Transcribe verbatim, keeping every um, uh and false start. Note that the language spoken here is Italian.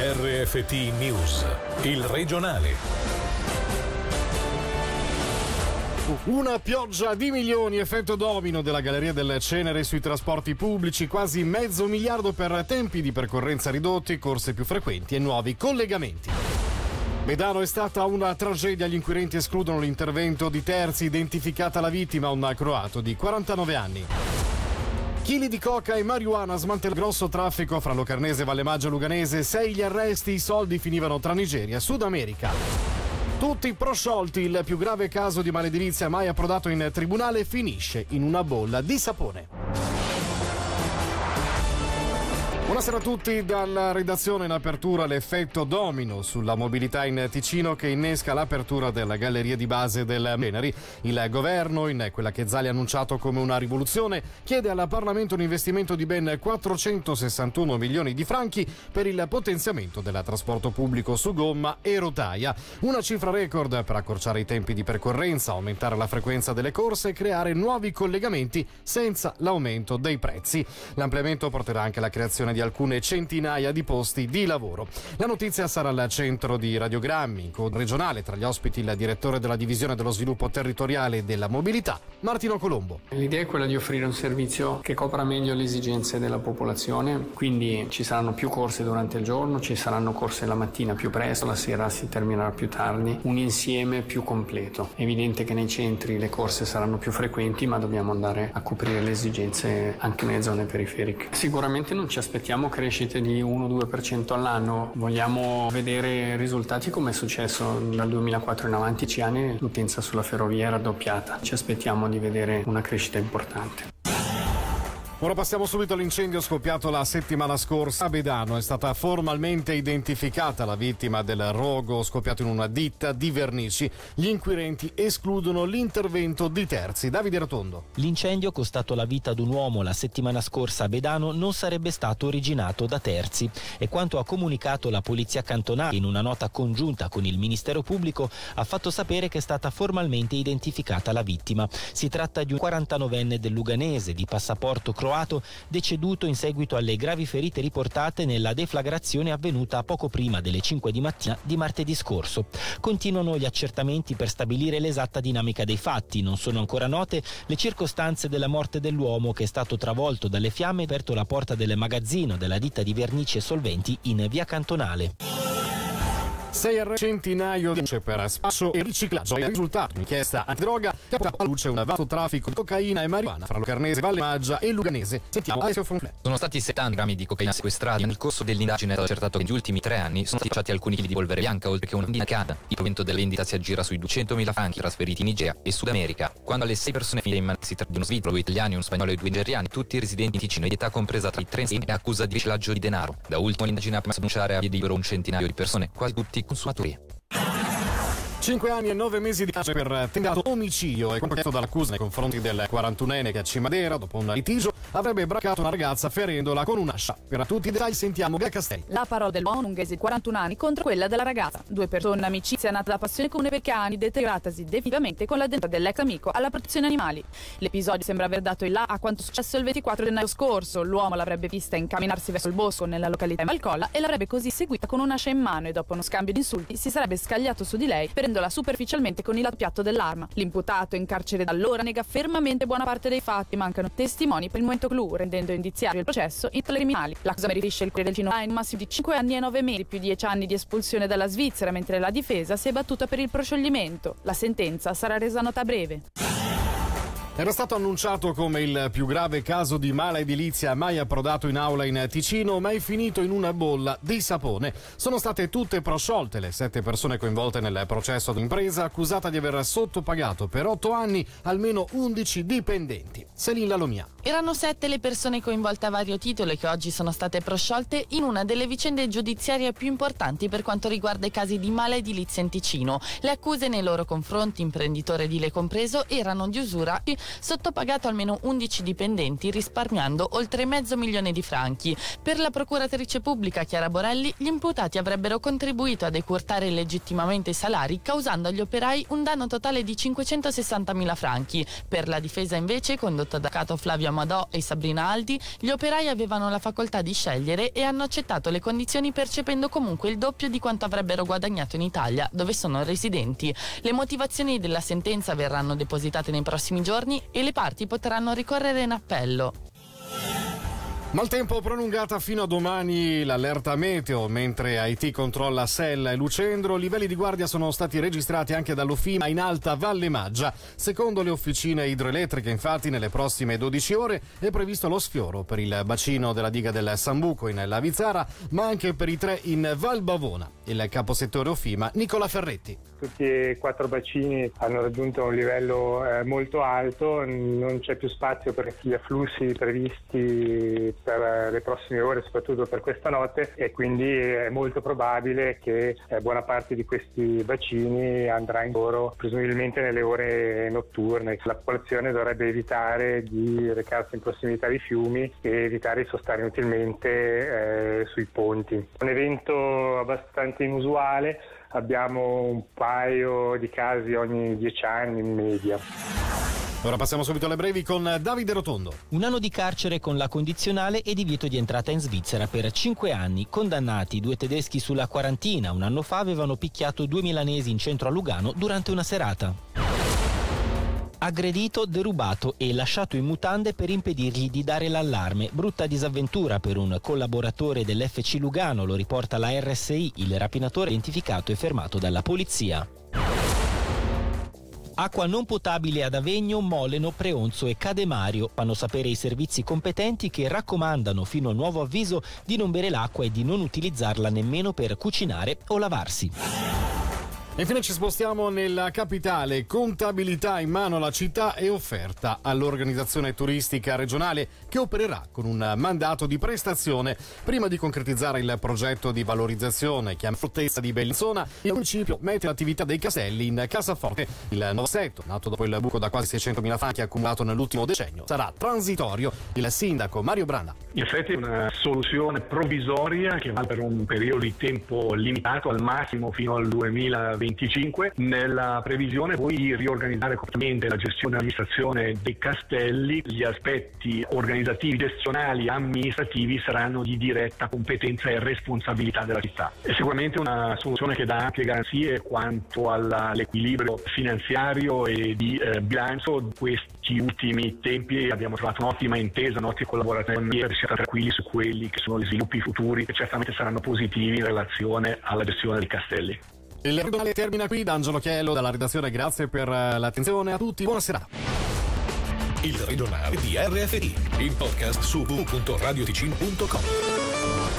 R F T News, il regionale. Una pioggia di milioni, effetto domino della Galleria delle Ceneri sui trasporti pubblici, quasi mezzo miliardo per tempi di percorrenza ridotti, corse più frequenti e nuovi collegamenti. Bedano è stata una tragedia, gli inquirenti escludono l'intervento di terzi, identificata la vittima, un croato di quarantanove anni. Chili di coca e marijuana, smantella grosso traffico fra Locarnese e Vallemaggia Luganese, sei gli arresti, i soldi finivano tra Nigeria e Sud America. Tutti prosciolti, il più grave caso di maledilizia mai approdato in tribunale finisce in una bolla di sapone. Buonasera a tutti dalla redazione. In apertura l'effetto domino sulla mobilità in Ticino che innesca l'apertura della galleria di base del Ceneri. Il governo, in quella che Zali ha annunciato come una rivoluzione, chiede al Parlamento un investimento di ben quattrocentosessantuno milioni di franchi per il potenziamento del trasporto pubblico su gomma e rotaia. Una cifra record per accorciare i tempi di percorrenza, aumentare la frequenza delle corse e creare nuovi collegamenti senza l'aumento dei prezzi. L'ampliamento porterà anche alla creazione di alcune centinaia di posti di lavoro. La notizia sarà al centro di radiogrammi, in coda regionale, tra gli ospiti il direttore della divisione dello sviluppo territoriale e della mobilità, Martino Colombo. L'idea è quella di offrire un servizio che copra meglio le esigenze della popolazione, quindi ci saranno più corse durante il giorno, ci saranno corse la mattina più presto, la sera si terminerà più tardi, un insieme più completo. È evidente che nei centri le corse saranno più frequenti, ma dobbiamo andare a coprire le esigenze anche nelle zone periferiche. Sicuramente non ci aspettiamo crescite di uno due per cento all'anno, vogliamo vedere risultati come è successo dal duemilaquattro in avanti. Ci anni l'utenza sulla ferrovia è raddoppiata, ci aspettiamo di vedere una crescita importante. Ora passiamo subito all'incendio scoppiato la settimana scorsa a Bedano. È stata formalmente identificata la vittima del rogo scoppiato in una ditta di vernici. Gli inquirenti escludono l'intervento di terzi. Davide Rotondo. L'incendio costato la vita ad un uomo la settimana scorsa a Bedano non sarebbe stato originato da terzi. E quanto ha comunicato la Polizia Cantonale in una nota congiunta con il Ministero Pubblico, ha fatto sapere che è stata formalmente identificata la vittima. Si tratta di un quarantanovenne del Luganese di passaporto croato deceduto in seguito alle gravi ferite riportate nella deflagrazione avvenuta poco prima delle cinque di mattina di martedì scorso. Continuano gli accertamenti per stabilire l'esatta dinamica dei fatti. Non sono ancora note le circostanze della morte dell'uomo, che è stato travolto dalle fiamme e aperto la porta del magazzino della ditta di vernici e solventi in via Cantonale. Sei arresti, centinaio di denunce per spaccio e riciclaggio. È risultato un'inchiesta antidroga che ha portato alla luce un vasto traffico di cocaina e marijuana fra Locarnese, Vallemaggia e Luganese. Sentiamo Alessio Fonflè. Sono stati settanta grammi di cocaina sequestrati. Nel corso dell'indagine è stato accertato che negli ultimi tre anni sono stati tracciati alcuni chili di polvere bianca, oltre che una bambina cata. Il provento della vendita si aggira sui duecentomila franchi trasferiti in Nigeria e Sud America. Quando alle sei persone finite in mano si tratta di uno svizzero, due italiani, uno spagnolo e due nigeriani, tutti residenti in Ticino e di età compresa tra i trentasei e accusa di riciclaggio di denaro. Da ultimo l'indagine ha permesso di denunciare a via libero un centinaio di persone, quasi tutti consumatori. Cinque anni e nove mesi di carcere per tentato omicidio è quanto chiesto dall'accusa nei confronti del quarantunenne che a Cimadera, dopo un litigio, avrebbe braccato una ragazza ferendola con un'ascia. Per tutti i dettagli sentiamo Gaia Castelli. La parola dell'uomo lunghese di quarantuno anni contro quella della ragazza. Due persone, amicizia nata da passione comune per cani, deterioratasi definitivamente con l'addentra dell'ex amico alla protezione animali. L'episodio sembra aver dato il là a quanto successo il ventiquattro gennaio scorso. L'uomo l'avrebbe vista incamminarsi verso il bosco nella località di Malcolla e l'avrebbe così seguita con un'ascia in mano e dopo uno scambio di insulti si sarebbe scagliato su di lei ferendola superficialmente con il lato piatto dell'arma. L'imputato in carcere da allora nega fermamente buona parte dei fatti. Mancano testimoni per il momento clou, rendendo indiziario il processo in tale criminali. L'accusa riferisce il Corriere del Ticino in un massimo di cinque anni e nove mesi più dieci anni di espulsione dalla Svizzera, mentre la difesa si è battuta per il proscioglimento. La sentenza sarà resa nota a breve. Era stato annunciato come il più grave caso di mala edilizia mai approdato in aula in Ticino, ma è finito in una bolla di sapone. Sono state tutte prosciolte le sette persone coinvolte nel processo d'impresa, accusata di aver sottopagato per otto anni almeno undici dipendenti. Selin Lalomia. Erano sette le persone coinvolte a vario titolo che oggi sono state prosciolte in una delle vicende giudiziarie più importanti per quanto riguarda i casi di mala edilizia in Ticino. Le accuse nei loro confronti, imprenditore edile compreso, erano di usura, sottopagato almeno undici dipendenti risparmiando oltre mezzo milione di franchi. Per la procuratrice pubblica Chiara Borelli, gli imputati avrebbero contribuito a decurtare illegittimamente i salari, causando agli operai un danno totale di cinquecentosessantamila franchi. Per la difesa invece, condotta da avvocato Flavio Amadò e Sabrina Aldi, gli operai avevano la facoltà di scegliere e hanno accettato le condizioni percependo comunque il doppio di quanto avrebbero guadagnato in Italia, dove sono residenti. Le motivazioni della sentenza verranno depositate nei prossimi giorni e le parti potranno ricorrere in appello. Maltempo prolungata fino a domani l'allerta meteo, mentre Haiti controlla Sella e Lucendro. Livelli di guardia sono stati registrati anche dall'Ofima in Alta Valle Maggia. Secondo le officine idroelettriche, infatti, nelle prossime dodici ore è previsto lo sfioro per il bacino della diga del Sambuco in Lavizzara, ma anche per i tre in Val Bavona. Il caposettore Ofima, Nicola Ferretti. Tutti e quattro bacini hanno raggiunto un livello eh, molto alto, non c'è più spazio per gli afflussi previsti per le prossime ore, soprattutto per questa notte, e quindi è molto probabile che eh, buona parte di questi bacini andrà in loro presumibilmente nelle ore notturne. La popolazione dovrebbe evitare di recarsi in prossimità di fiumi e evitare di sostare inutilmente eh, sui ponti. Un evento abbastanza inusuale. Abbiamo un paio di casi ogni dieci anni in media. Ora passiamo subito alle brevi con Davide Rotondo. Un anno di carcere con la condizionale e divieto di entrata in Svizzera per cinque anni. Condannati due tedeschi sulla quarantina. Un anno fa avevano picchiato due milanesi in centro a Lugano durante una serata. Aggredito, derubato e lasciato in mutande per impedirgli di dare l'allarme. Brutta disavventura per un collaboratore dell'F C Lugano, lo riporta la R S I. Il rapinatore è identificato e fermato dalla polizia. Acqua non potabile ad Avegno, Moleno, Preonzo e Cademario. Fanno sapere i servizi competenti che raccomandano fino a nuovo avviso di non bere l'acqua e di non utilizzarla nemmeno per cucinare o lavarsi. Infine ci spostiamo nella capitale. Contabilità in mano alla città e offerta all'organizzazione turistica regionale che opererà con un mandato di prestazione. Prima di concretizzare il progetto di valorizzazione chiamato Fortezza di Bellinzona, il municipio mette l'attività dei castelli in cassaforte. Il nuovo assetto, nato dopo il buco da quasi seicentomila franchi accumulato nell'ultimo decennio, sarà transitorio. Il sindaco Mario Branda. In effetti è una soluzione provvisoria che va per un periodo di tempo limitato, al massimo fino al duemilaventicinque, nella previsione poi di riorganizzare completamente la gestione e l'amministrazione dei castelli. Gli aspetti organizzativi, gestionali, amministrativi saranno di diretta competenza e responsabilità della città. È sicuramente una soluzione che dà anche garanzie quanto all'equilibrio finanziario e di eh, bilancio. Questi ultimi tempi abbiamo trovato un'ottima intesa, un'ottima collaborazione, per siamo tranquilli su quelli che sono gli sviluppi futuri che certamente saranno positivi in relazione alla gestione dei castelli. Il regionale termina qui. D'Angelo Chiello dalla redazione, grazie per l'attenzione a tutti, buonasera. Il regionale di R F I, il podcast su w w w punto radio ticino punto com.